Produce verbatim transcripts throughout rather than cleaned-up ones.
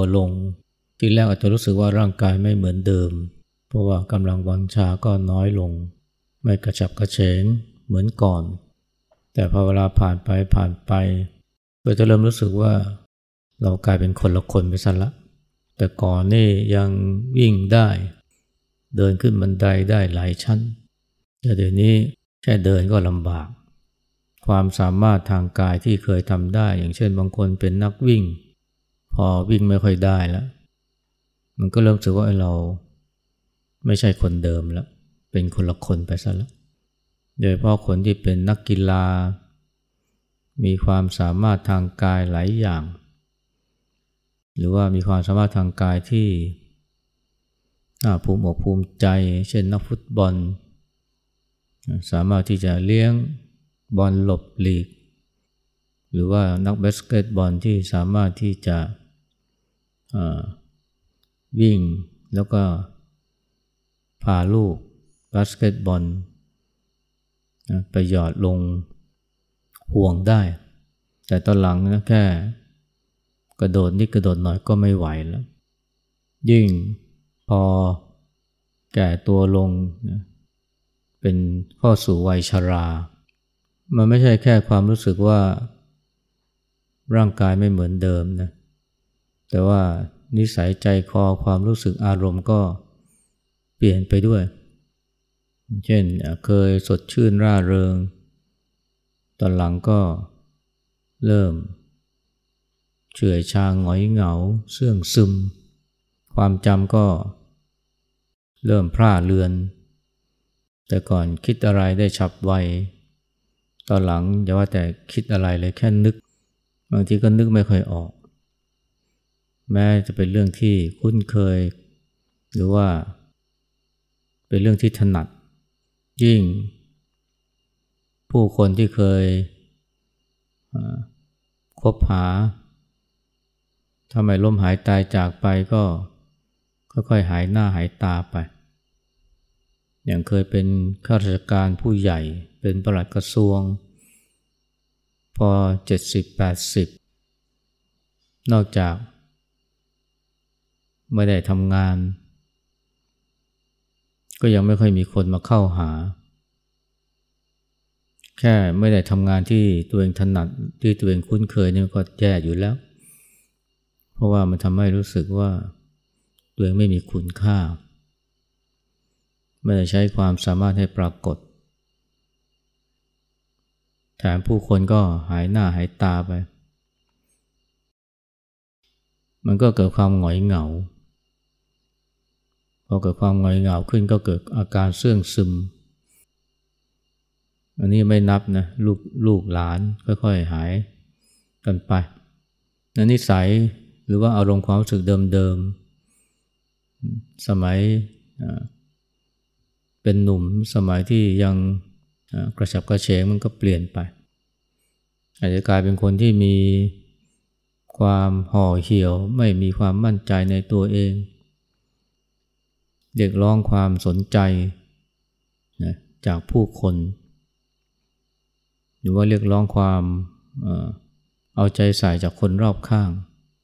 ลงทีแรกอาจจะรู้สึกว่าร่างกายไม่เหมือนเดิมเพราะว่ากำลังวังชาก็น้อยลงไม่กระฉับกระเฉงเหมือนก่อนแต่พอเวลาผ่านไปผ่านไปก็จะเริ่มรู้สึกว่าเรากลายเป็นคนละคนไปซะละแต่ก่อนนี่ยังวิ่งได้เดินขึ้นบันไดได้หลายชั้นแต่เดี๋ยวนี้แค่เดินก็ลำบากความสามารถทางกายที่เคยทำได้อย่างเช่นบางคนเป็นนักวิ่งพอวิ่งไม่ค่อยได้แล้วมันก็เริ่มรู้สึกว่าเราไม่ใช่คนเดิมแล้วเป็นคนละคนไปซะแล้วโดยเฉพาะคนที่เป็นนักกีฬามีความสามารถทางกายหลายอย่างหรือว่ามีความสามารถทางกายที่ภูมิอกภูมิใจเช่นนักฟุตบอลสามารถที่จะเลี้ยงบอลหลบหลีกหรือว่านักบาสเกตบอลที่สามารถที่จะวิ่งแล้วก็พาลูกบาสเกตบอลไปหยอดลงห่วงได้แต่ตอนหลังนะแค่กระโดดนิดกระโดดหน่อยก็ไม่ไหวแล้วยิ่งพอแก่ตัวลงนะเป็นเข้าสู่วัยชรามันไม่ใช่แค่ความรู้สึกว่าร่างกายไม่เหมือนเดิมนะแต่ว่านิสัยใจคอความรู้สึกอารมณ์ก็เปลี่ยนไปด้วยเช่นเคยสดชื่นร่าเริงตอนหลังก็เริ่มเฉื่อยชาหงอยเหงาเสื่องซึมความจำก็เริ่มพร่าเลือนแต่ก่อนคิดอะไรได้ฉับไวตอนหลังอย่าว่าแต่คิดอะไรเลยแค่นึกบางทีก็นึกไม่ค่อยออกแม้จะเป็นเรื่องที่คุ้นเคยหรือว่าเป็นเรื่องที่ถนัดยิ่งผู้คนที่เคยคบหาทำไมล้มหายตายจากไปก็ค่อยๆหายหน้าหายตาไปอย่างเคยเป็นข้าราชการผู้ใหญ่เป็นปลัดกระทรวงพอเจ็ดสิบ แปดสิบนอกจากไม่ได้ทำงานก็ยังไม่ค่อยมีคนมาเข้าหาแค่ไม่ได้ทำงานที่ตัวเองถนัดที่ตัวเองคุ้นเคยนี่ก็แย่อยู่แล้วเพราะว่ามันทำให้รู้สึกว่าตัวเองไม่มีคุณค่าไม่ได้ใช้ความสามารถให้ปรากฏแถมผู้คนก็หายหน้าหายตาไปมันก็เกิดความหงอยเหงาพอเกิดความหงอยเหงาขึ้นก็เกิดอาการเสื่องซึมอันนี้ไม่นับนะลูกลูกหลานค่อยๆหายกันไปนิสัยหรือว่าอารมณ์ความรู้สึกเดิมๆสมัยเป็นหนุ่มสมัยที่ยังกระฉับกระเฉงมันก็เปลี่ยนไปอาจจะกลายเป็นคนที่มีความห่อเหี่ยวไม่มีความมั่นใจในตัวเองเรียกร้องความสนใจนะจากผู้คนหรือว่าเรียกร้องความเอ่อเอาใจใส่จากคนรอบข้าง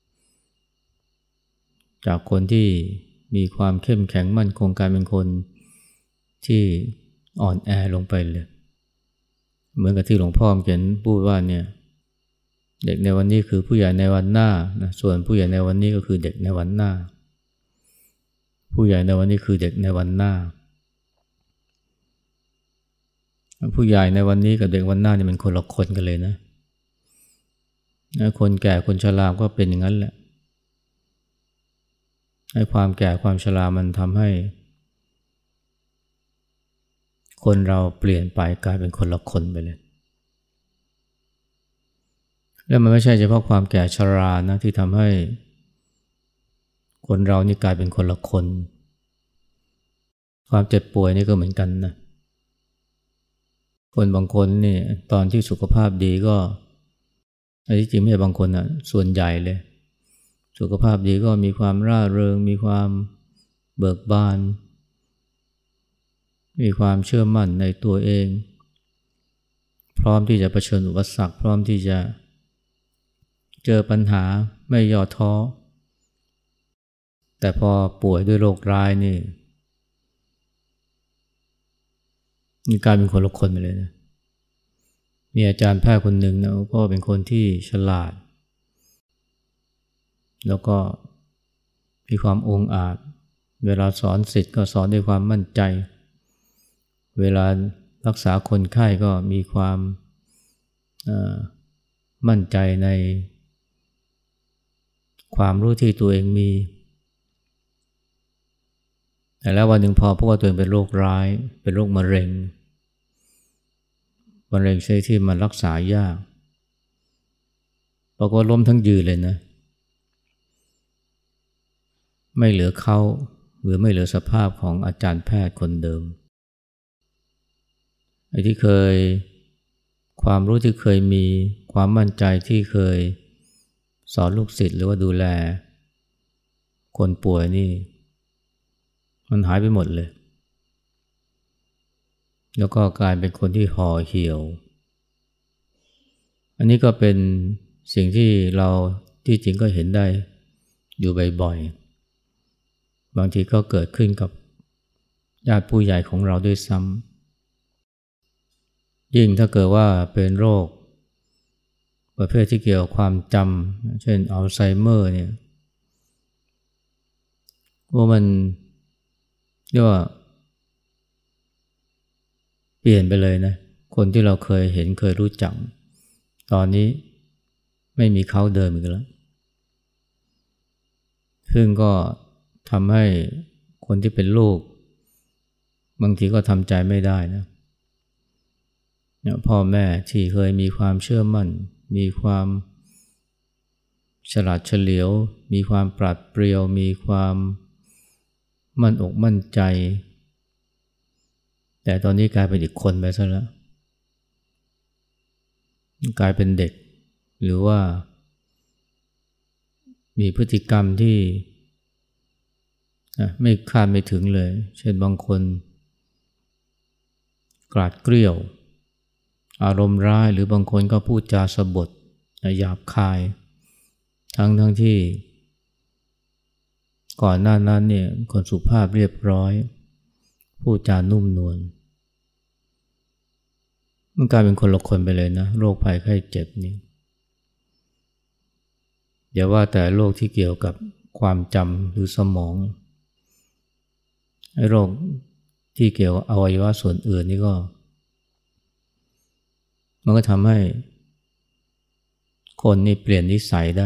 จากคนที่มีความเข้มแข็งมั่นคงกลายเป็นคนที่อ่อนแอลงไปเลยเหมือนกับที่หลวงพ่อเขียนพูดว่าเนี่ยเด็กในวันนี้คือผู้ใหญ่ในวันหน้านะส่วนผู้ใหญ่ในวันนี้ก็คือเด็กในวันหน้าผู้ใหญ่ในวันนี้คือเด็กในวันหน้าผู้ใหญ่ในวันนี้กับเด็กวันหน้านี่มันคนละคนกันเลยนะคนแก่คนชราก็เป็นอย่างนั้นแหละให้ความแก่ความชรามันทำให้คนเราเปลี่ยนไปกลายเป็นคนละคนไปเลยแล้วมันไม่ใช่เฉพาะความแก่ชรานะที่ทำให้คนเรานี่กลายเป็นคนละคนความเจ็บป่วยนี่ก็เหมือนกันนะคนบางคนนี่ตอนที่สุขภาพดีก็อันที่จริงไม่ใช่บางคนนะส่วนใหญ่เลยสุขภาพดีก็มีความร่าเริงมีความเบิกบานมีความเชื่อมั่นในตัวเองพร้อมที่จะเผชิญอุปสรรคพร้อมที่จะเจอปัญหาไม่ย่อท้อแต่พอป่วยด้วยโรคร้ายนี่นี่กลายเป็นคนละคนไปเลยนะมีอาจารย์แพทย์คนหนึ่งนะก็เป็นคนที่ฉลาดแล้วก็มีความองอาจเวลาสอนศิษย์ก็สอนด้วยความมั่นใจเวลารักษาคนไข้ก็มีความมั่นใจในความรู้ที่ตัวเองมีแต่แล้ววันหนึ่งพอพบว่าตัวเองเป็นโรคร้ายเป็นโรคมะเร็งมะเร็งชนิดที่มันรักษายากปรากฏล้มทั้งยืนเลยนะไม่เหลือเขาหรือไม่เหลือสภาพของอาจารย์แพทย์คนเดิมไอ้ที่เคยความรู้ที่เคยมีความมั่นใจที่เคยสอนลูกศิษย์หรือว่าดูแลคนป่วยนี่มันหายไปหมดเลยแล้วก็กลายเป็นคนที่ห่อเหี่ยวอันนี้ก็เป็นสิ่งที่เราที่จริงก็เห็นได้อยู่บ่อยๆบางทีก็เกิดขึ้นกับญาติผู้ใหญ่ของเราด้วยซ้ำยิ่งถ้าเกิดว่าเป็นโรคประเภทที่เกี่ยวกับความจำเช่นอัลไซเมอร์เนี่ยว่ามันเรียกว่าเปลี่ยนไปเลยนะคนที่เราเคยเห็นเคยรู้จักตอนนี้ไม่มีเขาเดิมอีกแล้วซึ่งก็ทำให้คนที่เป็นลูกบางทีก็ทำใจไม่ได้นะพ่อแม่ที่เคยมีความเชื่อมั่นมีความฉลาดเฉลียวมีความปราดเปรียวมีความมั่นอกมั่นใจแต่ตอนนี้กลายเป็นอีกคนไปซะแล้วกลายเป็นเด็กหรือว่ามีพฤติกรรมที่ไม่คาดไม่ถึงเลยเช่นบางคนกราดเกรี้ยวอารมณ์ร้ายหรือบางคนก็พูดจาสบถหยาบคายทั้งทั้งที่ก่อนหน้านั้นเนี่ยคนสุภาพเรียบร้อยพูดจานุ่มนวลมันกลายเป็นคนละคนไปเลยนะโรคภัยไข้เจ็บนี่อย่าว่าแต่โรคที่เกี่ยวกับความจำหรือสมองไอ้โรคที่เกี่ยวกับอวัยวะส่วนอื่นนี่ก็มันก็ทำให้คนนี่เปลี่ยนนิสัยได้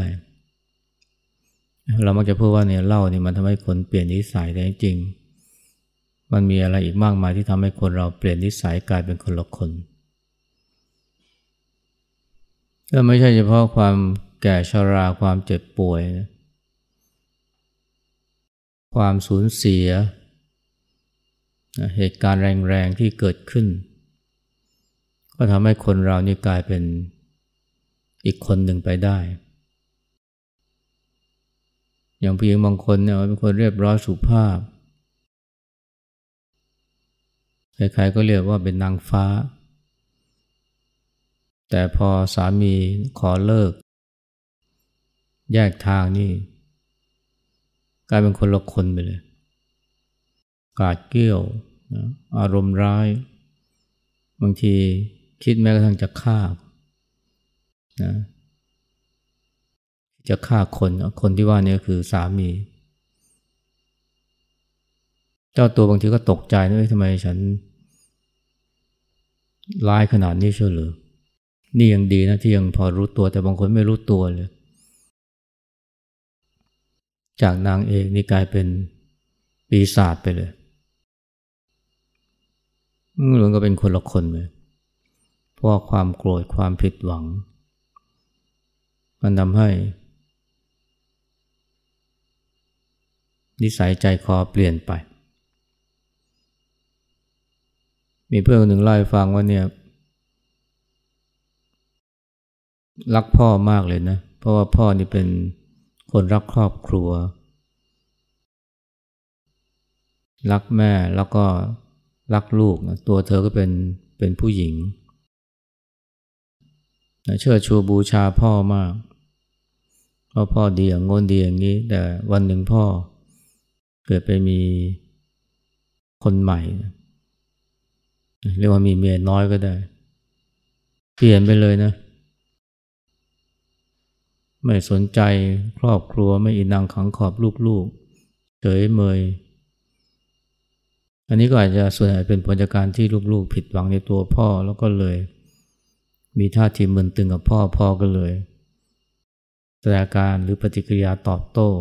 เรามักจะพูดว่าเนี่ยเหล้านี่มันทำให้คนเปลี่ยนนิสัยแต่จริงๆมันมีอะไรอีกมากมายที่ทำให้คนเราเปลี่ยนนิสัยกลายเป็นคนละคนก็ไม่ใช่เฉพาะความแก่ชราความเจ็บป่วยนะความสูญเสียเหตุการณ์แรงๆที่เกิดขึ้นก็ทำให้คนเรานี่กลายเป็นอีกคนหนึ่งไปได้อย่างผู้หญิงบางคนเนี่ยเป็นคนเรียบร้อยสุภาพใครๆก็เรียกว่าเป็นนางฟ้าแต่พอสามีขอเลิกแยกทางนี่กลายเป็นคนละคนไปเลยกาดเกรี้ยวนะอารมณ์ร้ายบางทีคิดแม้กระทั่งจะฆ่านะจะฆ่าคนคนที่ว่านี่ก็คือสามีเจ้าตัวบางทีก็ตกใจนะทำไมฉันร้ายขนาดนี้เชียวหรือนี่ยังดีนะที่ยังพอรู้ตัวแต่บางคนไม่รู้ตัวเลยจากนางเอกนี่กลายเป็นปีศาจไปเลยเหมือนก็เป็นคนละคนเลยเพราะความโกรธความผิดหวังมันทำให้นิสัยใจคอเปลี่ยนไปมีเพื่อนคนหนึ่งเล่าให้ฟังว่าเนี่ยรักพ่อมากเลยนะเพราะว่าพ่อนี่เป็นคนรักครอบครัวรักแม่แล้วก็รักลูกนะตัวเธอก็เป็นเป็นผู้หญิงเชิดชูบูชาพ่อมากเพราะพ่อดีอย่างโน้นดีอย่างนี้แต่วันหนึ่งพ่อเกิดไปมีคนใหม่เรียกว่ามีเมียน้อยก็ได้เปลี่ยนไปเลยนะไม่สนใจครอบครัวไม่อินังขังขอบลูกๆเฉยเมยอันนี้ก็อาจจะส่วนใหญ่เป็นผลจากการที่ลูกๆผิดหวังในตัวพ่อแล้วก็เลยมีท่าทีมึนตึงกับพ่อพ่อก็เลยแสดงอาการหรือปฏิกิริยาตอบโต้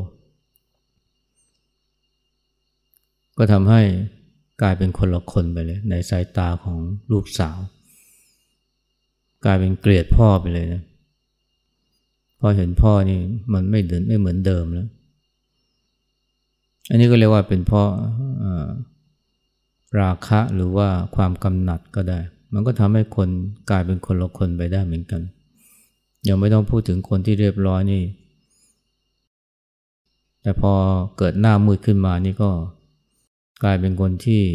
ก็ทำให้กลายเป็นคนละคนไปเลยในสายตาของลูกสาวกลายเป็นเกลียดพ่อไปเลยนะพอเห็นพ่อนี่มันไม่เดินไม่เหมือนเดิมแล้วอันนี้ก็เรียกว่าเป็นเพราะราคะหรือว่าความกำหนัดก็ได้มันก็ทำให้คนกลายเป็นคนละคนไปได้เหมือนกันยังไม่ต้องพูดถึงคนที่เรียบร้อยนี่แต่พอเกิดหน้ามืดขึ้นมานี่ก็กลายเป็นคนที่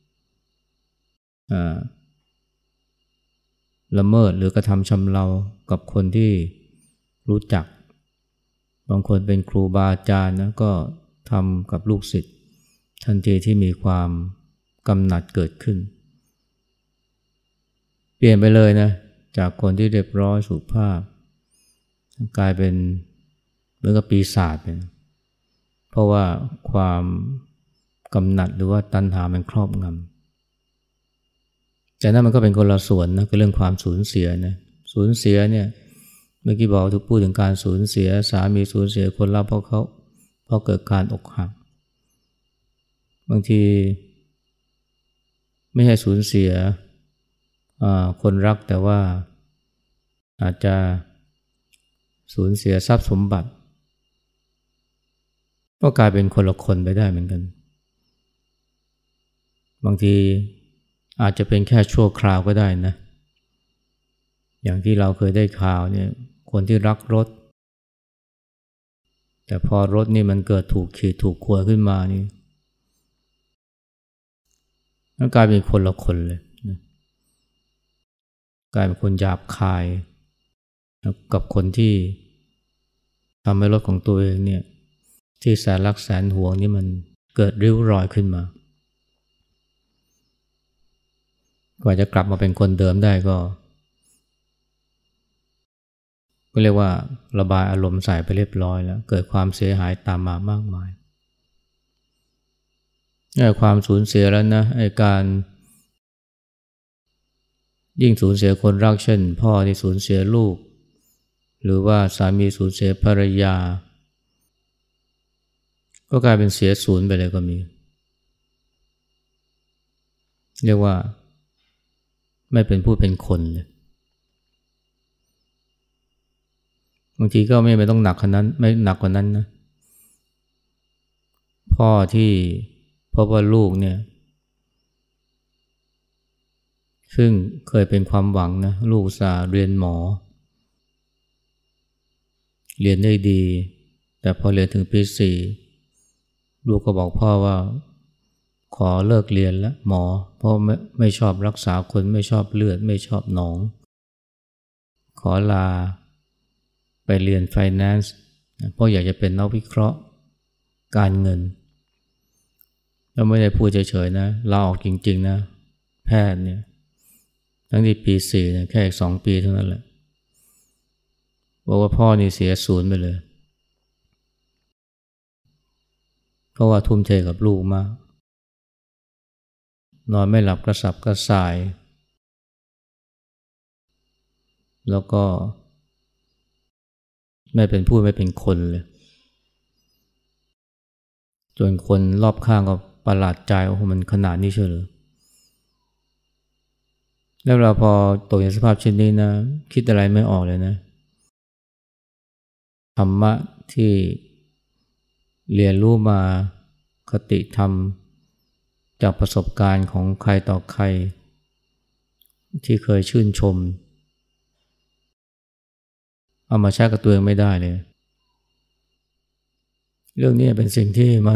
ละเมิดหรือกระทำชำเรากับคนที่รู้จักบางคนเป็นครูบาอาจารย์นะก็ทำกับลูกศิษย์ทันทีที่มีความกำหนัดเกิดขึ้นเปลี่ยนไปเลยนะจากคนที่เรียบร้อยสุภาพกลายเป็นเหมือนกับปีศาจไปเพราะว่าความกำหนัดหรือว่าตัณหามันครอบงำแต่นั้นมันก็เป็นคนละส่วนนะก็เรื่องความสูญเสียนะสูญเสียเนี่ยเมื่อกี้บอกทุกพูดถึงการสูญเสียสามีสูญเสียคนรักเพราะเขาเพราะเกิดการอกหักบางทีไม่ใช่สูญเสียคนรักแต่ว่าอาจจะสูญเสียทรัพย์สมบัติก็กลายเป็นคนละคนไปได้เหมือนกันบางทีอาจจะเป็นแค่ชั่วคราวก็ได้นะอย่างที่เราเคยได้ข่าวเนี่ยคนที่รักรถแต่พอรถนี่มันเกิดถูกขีดถูกข่วนขึ้นมานี่กลายเป็นคนละคนเลยนะกลายเป็นคนหยาบคายกับคนที่ทำให้รถของตัวเองเนี่ยที่แสนรักแสนหวงนี่มันเกิดริ้วรอยขึ้นมากว่าจะกลับมาเป็นคนเดิมได้ก็ก็เรียกว่าระบายอารมณ์ใส่ไปเรียบร้อยแล้วเกิดความเสียหายตามมามากมายไอ้ความสูญเสียแล้วนะไอ้การยิ่งสูญเสียคนรักเช่นพ่อที่สูญเสียลูกหรือว่าสามีสูญเสียภรรยาก็กลายเป็นเสียศูนย์ไปเลยก็มีเรียกว่าไม่เป็นผู้เป็นคนเลยบางทีก็ไม่ไม่ต้องหนักขนาดนั้นไม่หนักกว่านั้นนะพ่อที่พบว่าลูกเนี่ยซึ่งเคยเป็นความหวังนะลูกอุตส่าห์เรียนหมอเรียนได้ดีแต่พอเรียนถึงปีสี่ลูกก็บอกพ่อว่าขอเลิกเรียนแล้วหมอเพราะไม่ไม่ชอบรักษาคนไม่ชอบเลือดไม่ชอบหนองขอลาไปเรียน Finance เพราะอยากจะเป็นนักวิเคราะห์การเงินแล้วไม่ได้พูดเฉยๆนะลาออกจริงๆนะแพทย์เนี่ยทั้งที่ปีสี่เนี่ยแค่อีกสองปีเท่านั้นแหละบอกว่าพ่อนี่เสียศูนย์ไปเลยเพราะว่าทุ่มเทกับลูกมากนอนไม่หลับกระสับกระส่ายแล้วก็ไม่เป็นผู้ไม่เป็นคนเลยจนคนรอบข้างก็ประหลาดใจว่ามันขนาดนี้เชียวหรือแล้วเราพอตกในสภาพเช่นนี้นะคิดอะไรไม่ออกเลยนะธรรมะที่เรียนรู้มาคติธรรมจากประสบการณ์ของใครต่อใครที่เคยชื่นชมเอามาใช้กับตัวเองไม่ได้เลยเรื่องนี้เป็นสิ่งที่มัน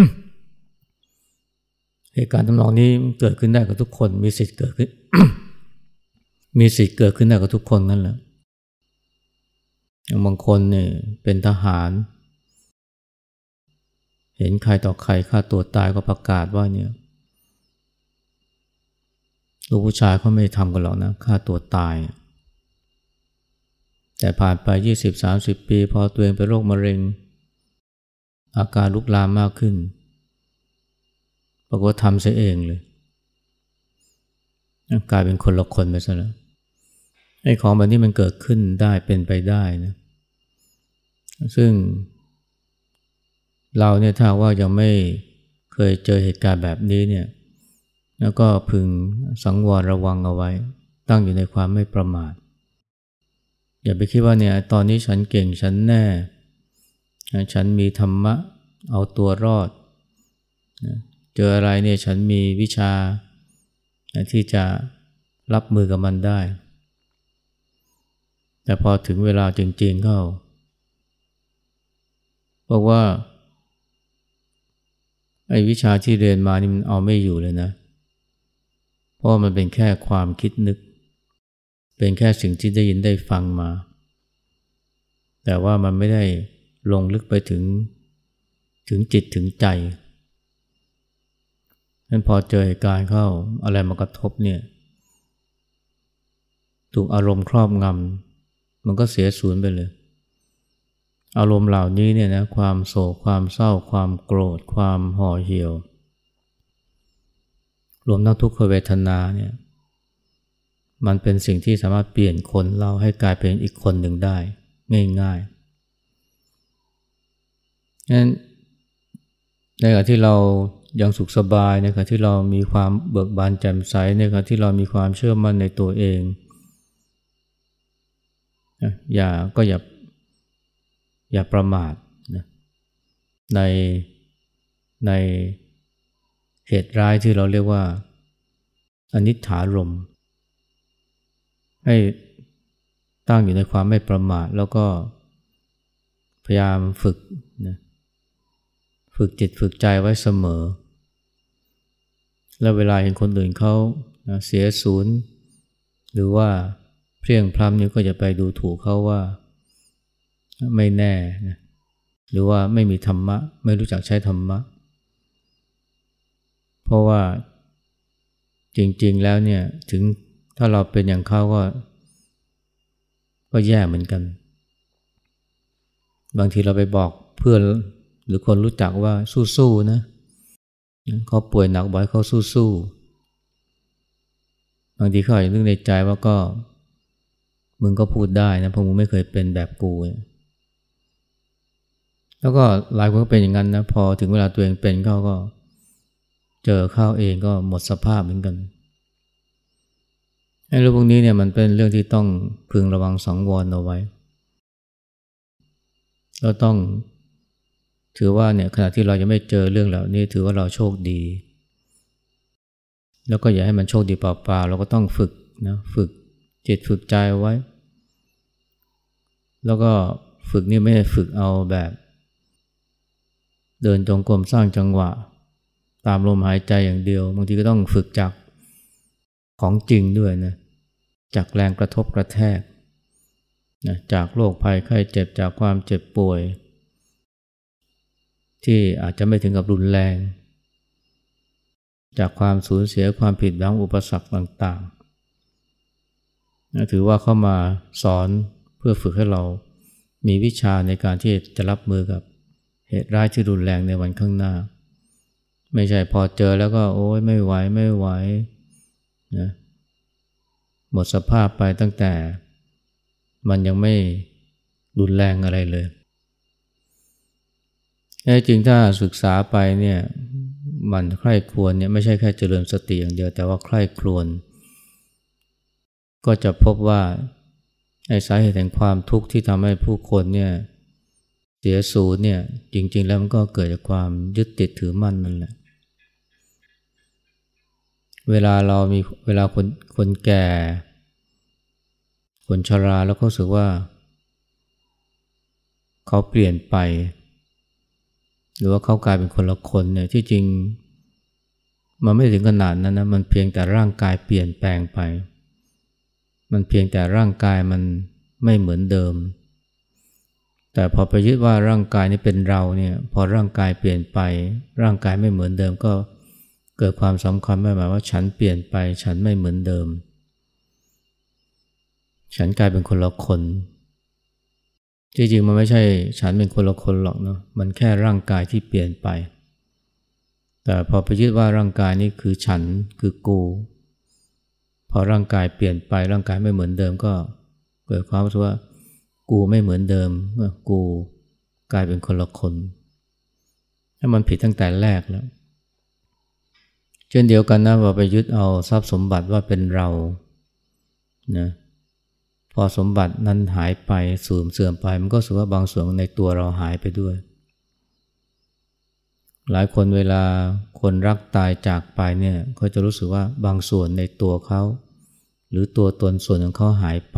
เหตุการณ์ทำนองนี้เกิดขึ้นได้กับทุกคนมีสิทธิ์เกิดขึ้น มีสิทธิ์เกิดขึ้นได้กับทุกคนนั่นแหละอย่างบางคนเนี่ยเป็นทหารเห็นใครต่อใครฆ่าตัวตายก็ประกาศว่าเนี่ยลูกผู้ชายเขาไม่ทำกันหรอกนะฆ่าตัวตายแต่ผ่านไป ยี่สิบถึงสามสิบ ปีพอตัวเองเป็นโรคมะเร็งอาการลุกลามมากขึ้นปรากฏทำซะเองเลยกลายเป็นคนละคนไปซะแล้วไอ้ของแบบนี้มันเกิดขึ้นได้เป็นไปได้นะซึ่งเราเนี่ยถ้าว่ายังไม่เคยเจอเหตุการณ์แบบนี้เนี่ยแล้วก็พึงสังวรระวังเอาไว้ตั้งอยู่ในความไม่ประมาทอย่าไปคิดว่าเนี่ยตอนนี้ฉันเก่งฉันแน่ฉันมีธรรมะเอาตัวรอดเจออะไรเนี่ยฉันมีวิชาที่จะรับมือกับมันได้แต่พอถึงเวลาจริงๆเข้าบอกว่าไอ้วิชาที่เรียนมานี่มันเอาไม่อยู่เลยนะเพราะมันเป็นแค่ความคิดนึกเป็นแค่สิ่งที่ได้ยินได้ฟังมาแต่ว่ามันไม่ได้ลงลึกไปถึงถึงจิตถึงใจนั้นพอเจอเหตุการณ์เข้าอะไรมากระทบเนี่ยถูกอารมณ์ครอบงำมันก็เสียสูญไปเลยอารมณ์เหล่านี้เนี่ยนะความโศกความเศร้าความโกรธความห่อเหี่ยวรวมทั้งทุกขเวทนาเนี่ยมันเป็นสิ่งที่สามารถเปลี่ยนคนเราให้กลายเป็นอีกคนหนึ่งได้ง่ายๆงั้นในขณะที่เรายังสุขสบายในขณะที่เรามีความเบิกบานแจ่มใสในขณะที่เรามีความเชื่อมั่นในตัวเองอย่าก็อย่าอย่าประมาทนะในในเหตุร้ายที่เราเรียกว่าอนิจฐารมณ์ให้ตั้งอยู่ในความไม่ประมาทแล้วก็พยายามฝึกนะฝึกจิตฝึกใจไว้เสมอแล้วเวลาเห็นคนอื่นเขาเสียศูนย์หรือว่าเพลียงพล้ำนี่ก็จะไปดูถูกเขาว่าไม่แน่นะหรือว่าไม่มีธรรมะไม่รู้จักใช้ธรรมะเพราะว่าจริงๆแล้วเนี่ยถึงถ้าเราเป็นอย่างเขาก็ก็แย่เหมือนกันบางทีเราไปบอกเพื่อนหรือคนรู้จักว่าสู้ๆนะเขาป่วยหนักบ่อยเขาสู้ๆบางทีเขาอาจจะนึกในใจว่าก็มึงก็พูดได้นะเพราะมึงไม่เคยเป็นแบบกูแล้วก็หลายคนก็เป็นอย่างนั้นนะพอถึงเวลาตัวเองเป็นเขาก็เจอเข้าเองก็หมดสภาพเหมือนกันไอ้เรื่องพวกนี้เนี่ยมันเป็นเรื่องที่ต้องพึงระวังสังวรเอาไว้เราต้องถือว่าเนี่ยขณะที่เรายังไม่เจอเรื่องเหล่านี้ถือว่าเราโชคดีแล้วก็อย่าให้มันโชคดีเปล่าๆเราก็ต้องฝึกนะฝึกจิตฝึกใจไว้แล้วก็ฝึกนี่ไม่ได้ฝึกเอาแบบเดินจงกรมสร้างจังหวะตามลมหายใจอย่างเดียวบางทีก็ต้องฝึกจากของจริงด้วยนะจากแรงกระทบกระแทกนะจากโรคภัยไข้เจ็บจากความเจ็บป่วยที่อาจจะไม่ถึงกับรุนแรงจากความสูญเสียความผิดหวังอุปสรรคต่างๆนะถือว่าเข้ามาสอนเพื่อฝึกให้เรามีวิชาในการที่จะรับมือกับเหตุร้ายที่รุนแรงในวันข้างหน้าไม่ใช่พอเจอแล้วก็โอ๊ยไม่ไหวไม่ไหวนะหมดสภาพไปตั้งแต่มันยังไม่รุนแรงอะไรเลยแท้จริงถ้าศึกษาไปเนี่ยมันใคร่ครวญเนี่ยไม่ใช่แค่เจริญสติอย่างเดียวแต่ว่าใคร่ครวญก็จะพบว่าไอ้สาเหตุแห่งความทุกข์ที่ทำให้ผู้คนเนี่ยเสียสูญเนี่ยจริงๆแล้วมันก็เกิดจากความยึดติดถือมั่นนั่นแหละเวลาเรามีเวลาคนคนแก่คนชราแล้วเขารู้สึกว่าเขาเปลี่ยนไปหรือว่าเขากลายเป็นคนละคนเนี่ยที่จริงมันไม่ถึงขนาดนั้นนะมันเพียงแต่ร่างกายเปลี่ยนแปลงไปมันเพียงแต่ร่างกายมันไม่เหมือนเดิมแต่พอไปยึดว่าร่างกายนี้เป็นเราเนี่ยพอร่างกายเปลี่ยนไปร่างกายไม่เหมือนเดิมก็เกิดความสำคัญไม่หมายว่าฉันเปลี่ยนไปฉันไม่เหมือนเดิมฉันกลายเป็นคนละคนจริงๆมันไม่ใช่ฉันเป็นคนละคนหรอกเนาะมันแค่ร่างกายที่เปลี่ยนไปแต่พอไปยึดว่าร่างกายนี้คือฉันคือกูพอร่างกายเปลี่ยนไปร่างกายไม่เหมือนเดิมก็เกิดความรู้สึกว่ากูไม่เหมือนเดิมเมื่อกูกลายเป็นคนละคนถ้ามันผิดตั้งแต่แรกแล้วเช่นเดียวกันนะว่าไปยึดเอาทรัพย์สมบัติว่าเป็นเรานะพอสมบัตินั้นหายไปสูญเสื่อมไปมันก็รู้สึกว่าบางส่วนในตัวเราหายไปด้วยหลายคนเวลาคนรักตายจากไปเนี่ยเขาจะรู้สึกว่าบางส่วนในตัวเขาหรือตัวตนส่วนของเขาหายไป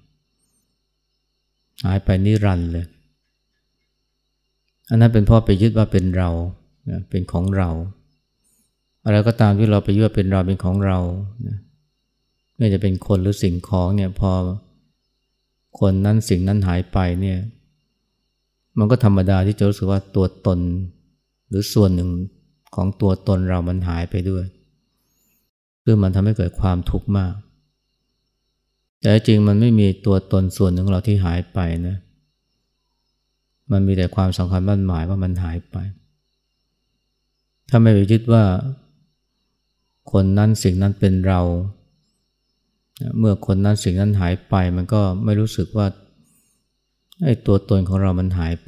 หายไปนิรันดร์เลยอันนั้นเป็นเพราะไปยึดว่าเป็นเราเป็นของเราอะไรก็ตามที่เราไปยึดว่าเป็นเราเป็นของเราไม่ว่าจะเป็นคนหรือสิ่งของเนี่ยพอคนนั้นสิ่งนั้นหายไปเนี่ยมันก็ธรรมดาที่จะรู้สึกว่าตัวตนหรือส่วนหนึ่งของตัวตนเรามันหายไปด้วยซึ่งมันทำให้เกิดความทุกข์มากแต่จริงมันไม่มีตัวตนส่วนหนึ่งของเราที่หายไปนะมันมีแต่ความสำคัญมั่นหมายว่ามันหายไปถ้าไม่ไปยึดว่าคนนั้นสิ่งนั้นเป็นเราเมื่อคนนั้นสิ่งนั้นหายไปมันก็ไม่รู้สึกว่าไอ้ตัวตนของเรามันหายไป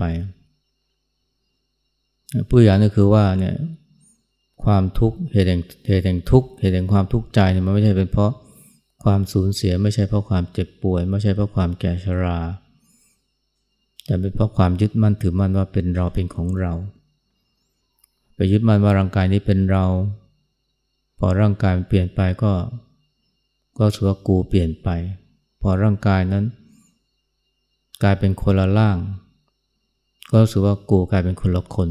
ผู้อย่างนึงคือว่าเนี่ยความทุกข์เหตุแห่งเหตุแห่งทุกข์เหตุแห่งความทุกข์ใจเนี่ยมันไม่ใช่เป็นเพราะความสูญเสียไม่ใช่เพราะความเจ็บป่วยไม่ใช่เพราะความแก่ชราแต่เป็นเพราะความยึดมั่นถือมั่นว่าเป็นเราเป็นของเราไปยึดมั่นว่าร่างกายนี้เป็นเราพอร่างกายมันเปลี่ยนไปก็ก็รู้สึกว่ากูเปลี่ยนไปพอร่างกายนั้นกลายเป็นคนละร่างก็รู้สึกว่ากูกลายเป็นคนละคน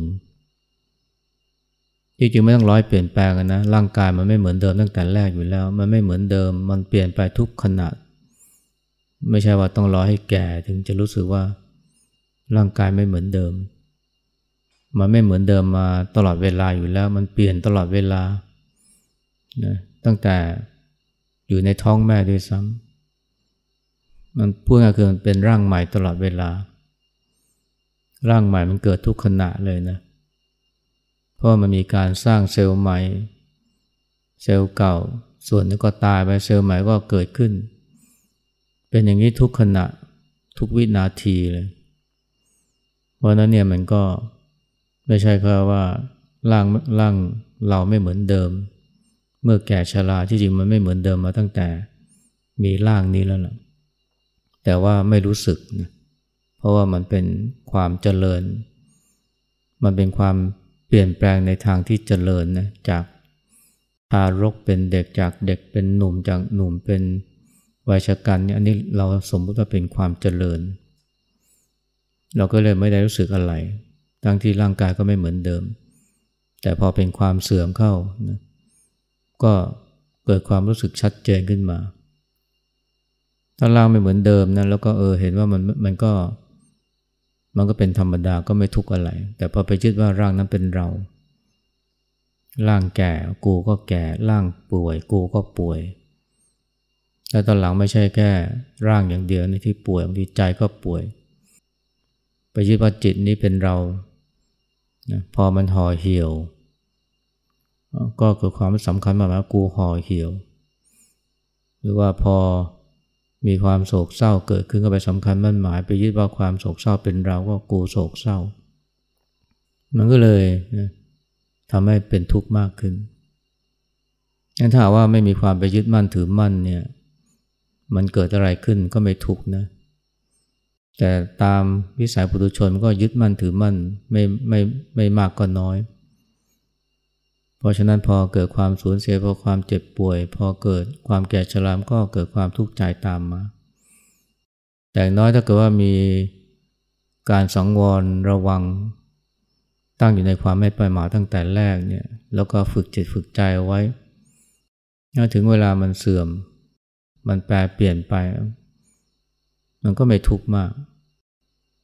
จริงๆไม่ต้องร้อยเปลี่ยนแปลงกันนะร่างกายมันไม่เหมือนเดิมตั้งแต่แรกอยู่แล้วมันไม่เหมือนเดิมมันเปลี่ยนไปทุกขณะไม่ใช่ว่าต้องรอให้แก่ถึงจะรู้สึกว่าร่างกายไม่เหมือนเดิมมันไม่เหมือนเดิมมาตลอดเวลาอยู่แล้วมันเปลี่ยนตลอดเวลานะตั้งแต่อยู่ในท้องแม่ด้วยซ้ำมันพูดง่ายคือมันเป็นร่างใหม่ตลอดเวลาร่างใหม่มันเกิดทุกขณะเลยนะเพราะมันมีการสร้างเซลล์ใหม่เซลล์เก่าส่วนนึงก็ตายไปเซลล์ใหม่ก็เกิดขึ้นเป็นอย่างนี้ทุกขณะทุกวินาทีเลยเพราะนั้นเนี่ยมันก็ไม่ใช่แค่ว่าร่างร่างเราไม่เหมือนเดิมเมื่อแก่ชราที่จริงมันไม่เหมือนเดิมมาตั้งแต่มีร่างนี้แล้วล่ะแต่ว่าไม่รู้สึกนะเพราะว่ามันเป็นความเจริญมันเป็นความเปลี่ยนแปลงในทางที่เจริญนะจากทารกเป็นเด็กจากเด็กเป็นหนุ่มจากหนุ่มเป็นวัยชกันเนี่ยอันนี้เราสมมติว่าเป็นความเจริญเราก็เลยไม่ได้รู้สึกอะไรทั้งที่ร่างกายก็ไม่เหมือนเดิมแต่พอเป็นความเสื่อมเข้านะก็เกิดความรู้สึกชัดเจนขึ้นมาถ้าร่างไม่เหมือนเดิมนะแล้วก็เออเห็นว่ามันมันก็มันก็เป็นธรรมดาก็ไม่ทุกข์อะไรแต่พอไปยึดว่าร่างนั้นเป็นเราร่างแก่กูก็แก่ร่างป่วยกูก็ป่วยแล้วตอนหลังไม่ใช่แค่ร่างอย่างเดียวนี่ที่ป่วยบางทีใจก็ป่วยไปยึดว่าจิตนี้เป็นเรานะพอมันห่อเหี่ยวก็เกิดความสำคัญมากว่ากูห่อเหี่ยวหรือว่าพอมีความโศกเศร้าเกิดขึ้นก็ไปสำคัญมั่นหมายไปยึดว่าความโศกเศร้าเป็นเราก็กูโศกเศร้ามันก็เลยนะทำให้เป็นทุกข์มากขึ้นงั้นถ้าว่าไม่มีความไปยึดมั่นถือมั่นเนี่ยมันเกิดอะไรขึ้นก็ไม่ทุกข์นะแต่ตามวิสัยปุถุชนมันก็ยึดมั่นถือมั่นไม่ไม่ไม่มากก็น้อยเพราะฉะนั้นพอเกิดความสูญเสียพอความเจ็บป่วยพอเกิดความแก่ชราก็เกิดความทุกข์ใจตามมาแต่น้อยถ้าเกิดว่ามีการสังวรระวังตั้งอยู่ในความไม่ประมาทตั้งแต่แรกเนี่ยแล้วก็ฝึกจิตฝึกใจเอาไว้ถึงเวลามันเสื่อมมันแปรเปลี่ยนไปมันก็ไม่ทุกข์มาก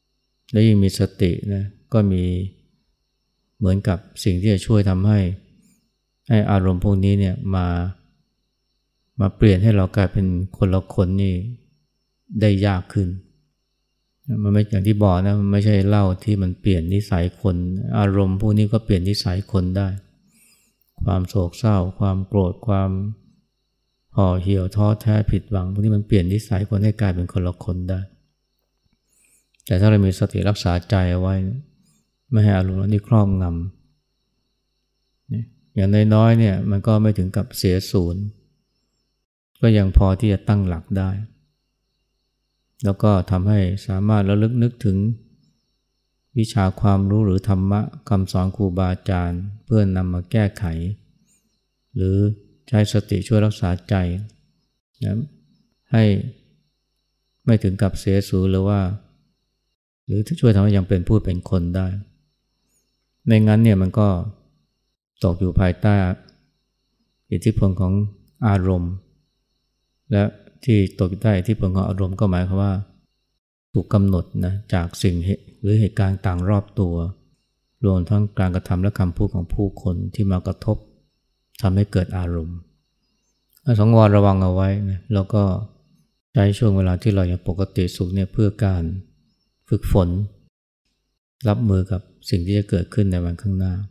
และยิ่งมีสตินะก็มีเหมือนกับสิ่งที่จะช่วยทำให้ให้อารมณ์พวกนี้เนี่ยมามาเปลี่ยนให้เรากลายเป็นคนละคนนี่ได้ยากขึ้นมันไม่อย่างที่บอกนะมันไม่ใช่เหล้าที่มันเปลี่ยนนิสัยคนอารมณ์พวกนี้ก็เปลี่ยนนิสัยคนได้ความโศกเศร้าความโกรธความห่อเหี่ยวท้อแท้ผิดหวังพวกนี้มันเปลี่ยนนิสัยคนให้กลายเป็นคนละคนได้แต่ถ้าเรามีสติรักษาใจเอาไว้ไม่ให้อารมณ์นี้ครอบงำอย่างน้อยๆเนี่ยมันก็ไม่ถึงกับเสียศูนย์ก็ยังพอที่จะตั้งหลักได้แล้วก็ทำให้สามารถระลึกนึกถึงวิชาความรู้หรือธรรมะคำสอนครูบาอาจารย์เพื่อนำมาแก้ไขหรือใช้สติช่วยรักษาใจนะให้ไม่ถึงกับเสียสูญหรือว่าหรือช่วยทำให้ยังเป็นผู้เป็นคนได้ไม่งั้นเนี่ยมันก็ตกอยู่ภายใต้อิทธิพลของอารมณ์และที่ตกอยู่ใต้อิทธิพลของอารมณ์ก็หมายความว่าถูกกำหนดนะจากสิ่งหรือเหตุการณ์ต่างรอบตัวรวมทั้งการกระทำและคำพูดของผู้คนที่มากระทบทำให้เกิดอารมณ์สังวรระวังเอาไว้นะแล้วก็ใช้ช่วงเวลาที่เรายังปกติสุขเนี่ยเพื่อการฝึกฝนรับมือกับสิ่งที่จะเกิดขึ้นในวันข้างหน้า